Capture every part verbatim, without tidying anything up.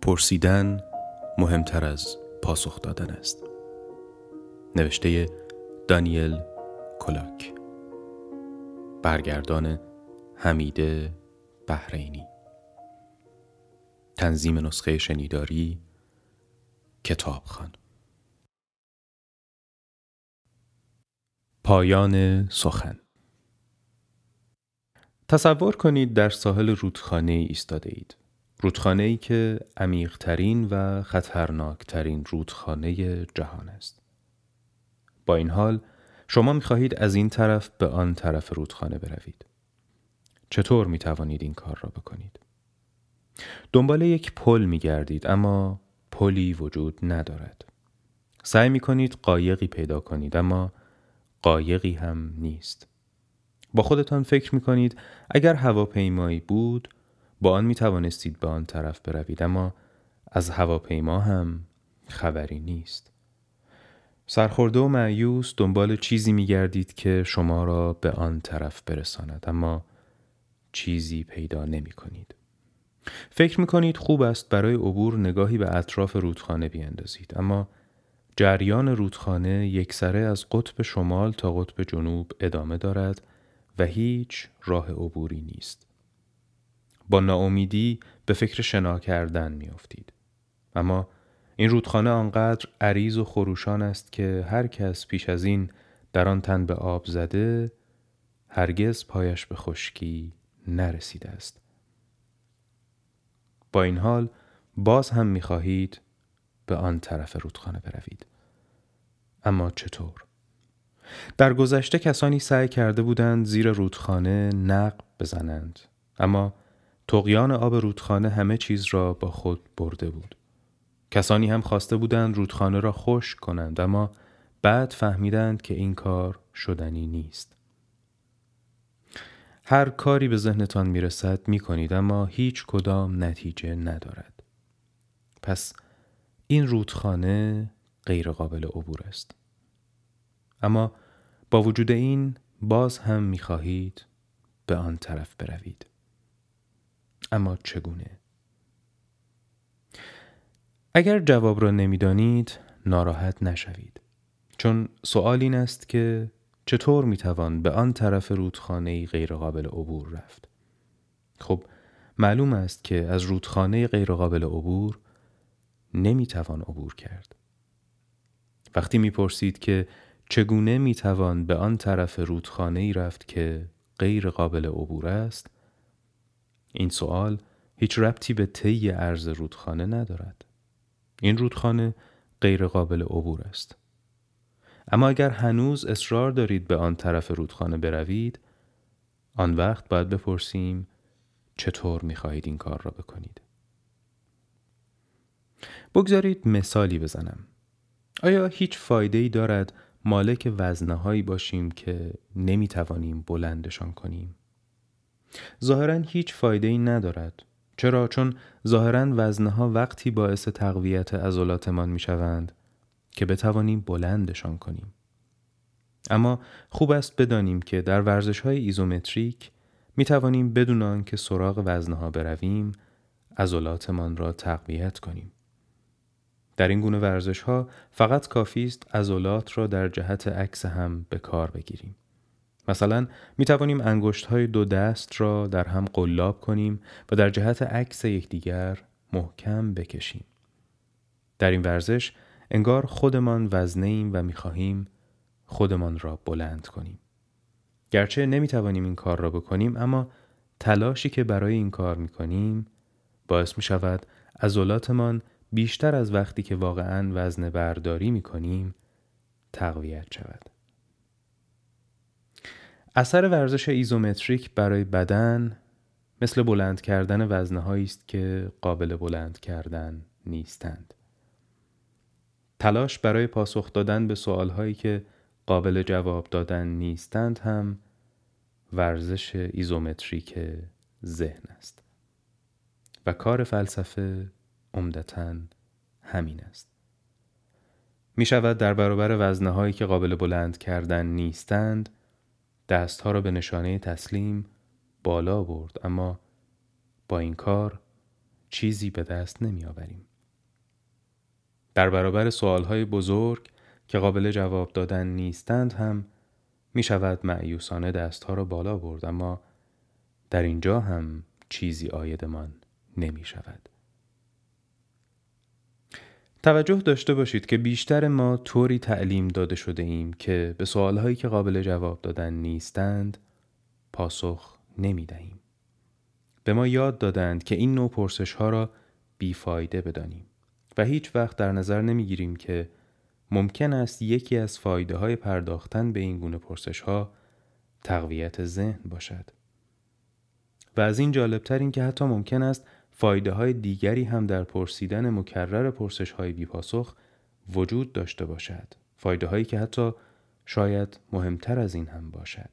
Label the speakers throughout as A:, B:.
A: پرسیدن مهمتر از پاسخ دادن است. نوشته دانیل کولاک، برگردان حمیده بحرینی، تنظیم نسخه شنیداری کتابخوان. پایان سخن. تصور کنید در ساحل رودخانه ایستاده اید. رودخانه ای که عمیق‌ترین و خطرناکترین رودخانه جهان است. با این حال شما می خواهید از این طرف به آن طرف رودخانه بروید. چطور می توانید این کار را بکنید؟ دنبال یک پل می گردید اما پلی وجود ندارد. سعی می کنید قایقی پیدا کنید اما قایقی هم نیست. با خودتان فکر می کنید اگر هواپیمایی بود با آن می توانستید به آن طرف بروید، اما از هواپیما هم خبری نیست. سرخورده و مایوس دنبال چیزی می گردید که شما را به آن طرف برساند، اما چیزی پیدا نمی کنید. فکر می کنید خوب است برای عبور نگاهی به اطراف رودخانه بیندازید، اما جریان رودخانه یکسره از قطب شمال تا قطب جنوب ادامه دارد و هیچ راه عبوری نیست. با ناامیدی به فکر شنا کردن می افتید. اما این رودخانه آنقدر عریض و خروشان است که هر کس پیش از این در آن تن به آب زده هرگز پایش به خشکی نرسیده است. با این حال باز هم می خواهید به آن طرف رودخانه بروید. اما چطور؟ در گذشته کسانی سعی کرده بودند زیر رودخانه نقب بزنند، اما طغیان آب رودخانه همه چیز را با خود برده بود. کسانی هم خواسته بودند رودخانه را خشک کنند، اما بعد فهمیدند که این کار شدنی نیست. هر کاری به ذهنتان میرسد میکنید، اما هیچ کدام نتیجه ندارد. پس این رودخانه غیر قابل عبور است. اما با وجود این باز هم میخواهید به آن طرف بروید. اما چگونه؟ اگر جواب را نمیدانید ناراحت نشوید، چون سؤال این است که چطور میتوان به آن طرف رودخانه غیر قابل عبور رفت؟ خب معلوم است که از رودخانه غیر قابل عبور نمیتوان عبور کرد. وقتی میپرسید که چگونه میتوان به آن طرف رودخانه‌ای رفت که غیر قابل عبور است، این سوال هیچ ربطی به طی عرض رودخانه ندارد. این رودخانه غیر قابل عبور است. اما اگر هنوز اصرار دارید به آن طرف رودخانه بروید، آن وقت باید بپرسیم چطور می‌خواهید این کار را بکنید. بگذارید مثالی بزنم. آیا هیچ فایده‌ای دارد مالک وزنه‌هایی باشیم که نمی‌توانیم بلندشان کنیم؟ ظاهراً هیچ فایده‌ای ندارد. چرا؟ چون ظاهراً وزنه‌ها وقتی باعث تقویت عضلاتمان می‌شوند که بتوانیم بلندشان کنیم. اما خوب است بدانیم که در ورزش‌های ایزومتریک می‌توانیم بدون آنکه سراغ وزنه‌ها برویم عضلاتمان را تقویت کنیم. در این گونه ورزش‌ها فقط کافی است عضلات را در جهت عکس هم به کار بگیریم. مثلا می توانیم انگشت‌های دو دست را در هم قلاب کنیم و در جهت عکس یکدیگر محکم بکشیم. در این ورزش انگار خودمان وزنه‌ایم و می خواهیم خودمان را بلند کنیم. گرچه نمی توانیم این کار را بکنیم، اما تلاشی که برای این کار می کنیم باعث می شود عضلاتمان بیشتر از وقتی که واقعاً وزن برداری می کنیم تقویت شود. اثر ورزش ایزومتریک برای بدن مثل بلند کردن وزنهایی است که قابل بلند کردن نیستند. تلاش برای پاسخ دادن به سوالهایی که قابل جواب دادن نیستند هم ورزش ایزومتریک ذهن است. و کار فلسفه عمدتاً همین است. می شود در برابر وزنهایی که قابل بلند کردن نیستند دستها را به نشانه تسلیم بالا برد، اما با این کار چیزی به دست نمی آوریم. در برابر سوالهای بزرگ که قابل جواب دادن نیستند هم می شود مأیوسانه دستها را بالا برد، اما در اینجا هم چیزی عایدمان نمی شود. توجه داشته باشید که بیشتر ما طوری تعلیم داده شده ایم که به سوالهایی که قابل جواب دادن نیستند پاسخ نمی دهیم. به ما یاد دادند که این نوع پرسش ها را بیفایده بدانیم و هیچ وقت در نظر نمی گیریم که ممکن است یکی از فایده های پرداختن به این گونه پرسش ها تقویت ذهن باشد. و از این جالبتر این که حتی ممکن است فایده های دیگری هم در پرسیدن مکرر پرسش های بی پاسخ وجود داشته باشد. فایده هایی که حتی شاید مهمتر از این هم باشد.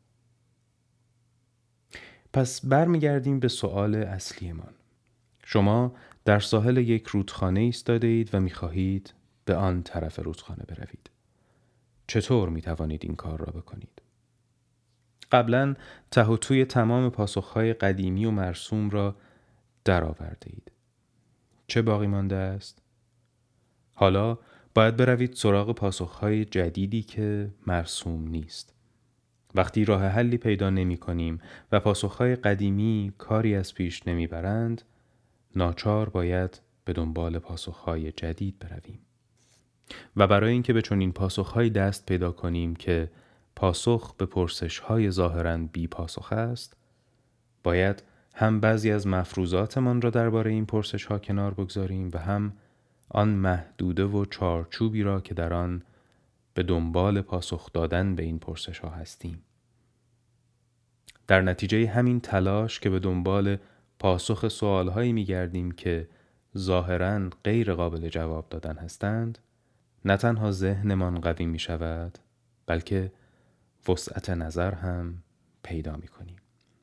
A: پس برمیگردیم به سوال اصلیمان. شما در ساحل یک رودخانه ایستاده اید و می‌خواهید به آن طرف رودخانه بروید. چطور می‌توانید این کار را بکنید؟ قبلاً ته و توی تمام پاسخ‌های قدیمی و مرسوم را درآورده اید. چه باقی مانده است؟ حالا باید بروید سراغ پاسخ‌های جدیدی که مرسوم نیست. وقتی راه حلی پیدا نمی کنیم و پاسخ‌های قدیمی کاری از پیش نمی برند، ناچار باید به دنبال پاسخ‌های جدید برویم. و برای اینکه به چنین پاسخ‌هایی دست پیدا کنیم که پاسخ به پرسش‌های ظاهراً بی پاسخ است، باید هم بعضی از مفروضاتمان را درباره این پرسش‌ها کنار بگذاریم و هم آن محدوده و چارچوبی را که در آن به دنبال پاسخ دادن به این پرسش‌ها هستیم. در نتیجه همین تلاش که به دنبال پاسخ سوال‌هایی می‌گردیم که ظاهراً غیر قابل جواب دادن هستند، نه تنها ذهنمان قوی می‌شود، بلکه وسعت نظر هم پیدا می‌کنیم.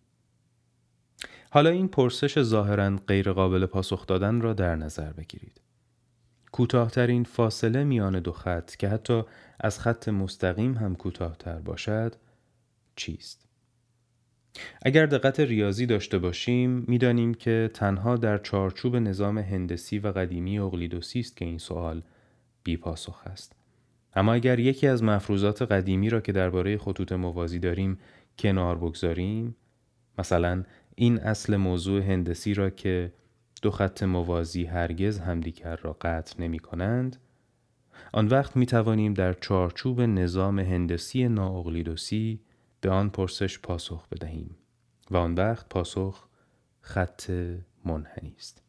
A: حالا این پرسش ظاهراً غیر قابل پاسخ دادن را در نظر بگیرید. کوتاه‌ترین فاصله میان دو خط که حتی از خط مستقیم هم کوتاه‌تر باشد چیست؟ اگر دقت ریاضی داشته باشیم می‌دانیم که تنها در چارچوب نظام هندسی و قدیمی اقلیدوسی است که این سوال بی پاسخ است. اما اگر یکی از مفروضات قدیمی را که درباره خطوط موازی داریم کنار بگذاریم، مثلا این اصل موضوع هندسی را که دو خط موازی هرگز همدیگر را قطع نمی کنند، آن وقت می توانیم در چارچوب نظام هندسی نااقلیدوسی به آن پرسش پاسخ بدهیم و آن وقت پاسخ خط منحنی است.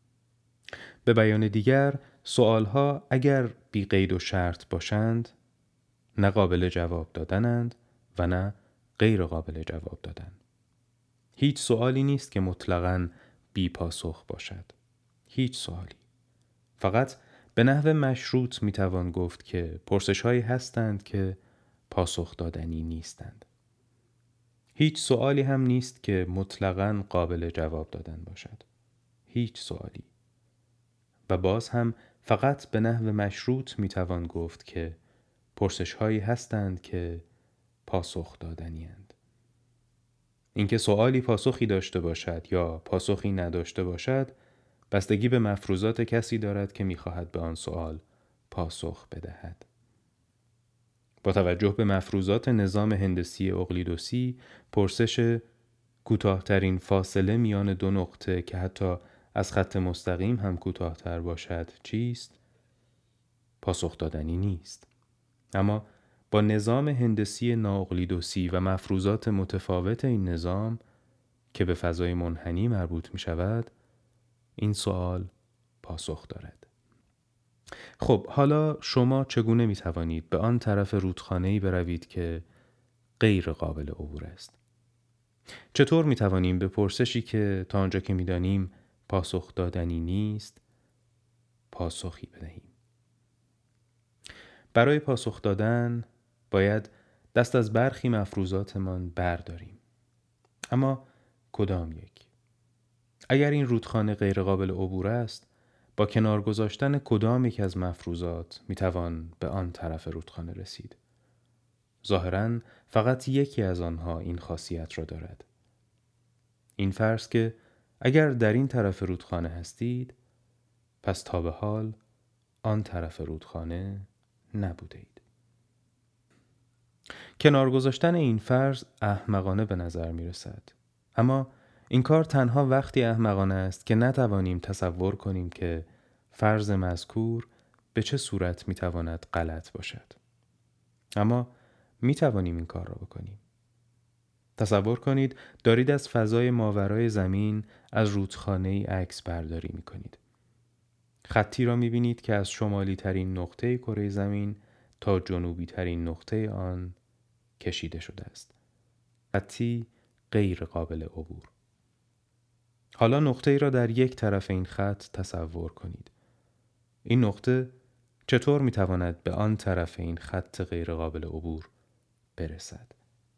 A: به بیان دیگر، سوالها اگر بی قید و شرط باشند، نه قابل جواب دادنند و نه غیر قابل جواب دادن. هیچ سوالی نیست که مطلقاً بی پاسخ باشد. هیچ سوالی. فقط به نحو مشروط می توان گفت که پرسش‌هایی هستند که پاسخ دادنی نیستند. هیچ سوالی هم نیست که مطلقاً قابل جواب دادن باشد. هیچ سوالی. و باز هم فقط به نحو مشروط می توان گفت که پرسش‌هایی هستند که پاسخ دادنی اند. اینکه سوالی پاسخی داشته باشد یا پاسخی نداشته باشد، بستگی به مفروضات کسی دارد که می‌خواهد به آن سوال پاسخ بدهد. با توجه به مفروضات نظام هندسی اقلیدوسی، پرسش کوتاه‌ترین فاصله میان دو نقطه که حتی از خط مستقیم هم کوتاه‌تر باشد چیست؟ پاسخ دادنی نیست. اما با نظام هندسی نااقلیدوسی و مفروضات متفاوت این نظام که به فضای منحنی مربوط می شود، این سوال پاسخ دارد. خب حالا شما چگونه می توانید به آن طرف رودخانه‌ای بروید که غیر قابل عبور است؟ چطور می توانیم به پرسشی که تا آنجا که می دانیم پاسخ دادنی نیست پاسخی بدهیم؟ برای پاسخ دادن باید دست از برخی مفروضاتمان برداریم. اما کدام یک؟ اگر این رودخانه غیر قابل عبور است، با کنار گذاشتن کدام یک از مفروضات میتوان به آن طرف رودخانه رسید؟ ظاهراً فقط یکی از آنها این خاصیت را دارد. این فرض که اگر در این طرف رودخانه هستید، پس تا به حال آن طرف رودخانه نبوده اید. کنار گذاشتن این فرض احمقانه به نظر می رسد. اما این کار تنها وقتی احمقانه است که نتوانیم تصور کنیم که فرض مذکور به چه صورت می تواند غلط باشد. اما می توانیم این کار را بکنیم. تصور کنید دارید از فضای ماورای زمین از رودخانه‌ای عکس برداری می کنید. خطی را می بینید که از شمالی ترین نقطه کره زمین تا جنوبی ترین نقطه آن کشیده شده است. خطی غیر قابل عبور. حالا نقطه ای را در یک طرف این خط تصور کنید. این نقطه چطور می تواند به آن طرف این خط غیر قابل عبور برسد؟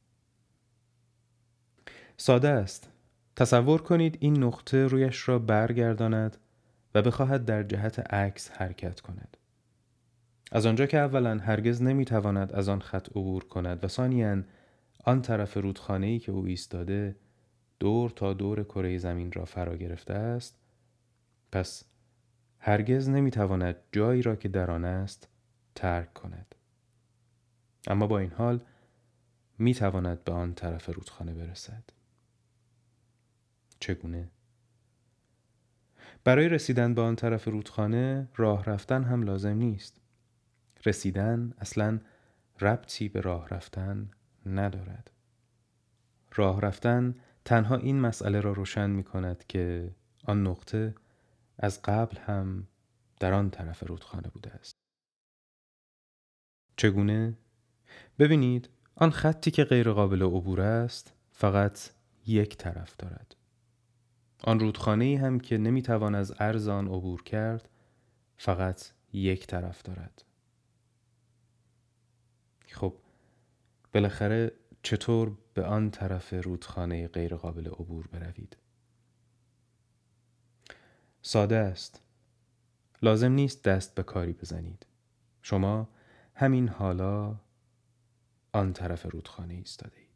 A: ساده است. تصور کنید این نقطه رویش را برگرداند و بخواهد در جهت عکس حرکت کند. از آنجا که اولا هرگز نمیتواند از آن خط عبور کند و ثانیاً آن طرف رودخانه‌ای که او ایستاده دور تا دور کره زمین را فرا گرفته است، پس هرگز نمیتواند جایی را که در آن است ترک کند. اما با این حال میتواند به آن طرف رودخانه برسد. چگونه؟ برای رسیدن به آن طرف رودخانه راه رفتن هم لازم نیست. رسیدن اصلاً ربطی به راه رفتن ندارد. راه رفتن تنها این مسئله را روشن می کند که آن نقطه از قبل هم در آن طرف رودخانه بوده است. چگونه؟ ببینید آن خطی که غیر قابل عبور است فقط یک طرف دارد. آن رودخانه‌ای هم که نمی توان از عرض آن عبور کرد فقط یک طرف دارد. خب بالاخره چطور به آن طرف رودخانه غیر قابل عبور بروید؟ ساده است. لازم نیست دست به کاری بزنید. شما همین حالا آن طرف رودخانه ایستاده اید.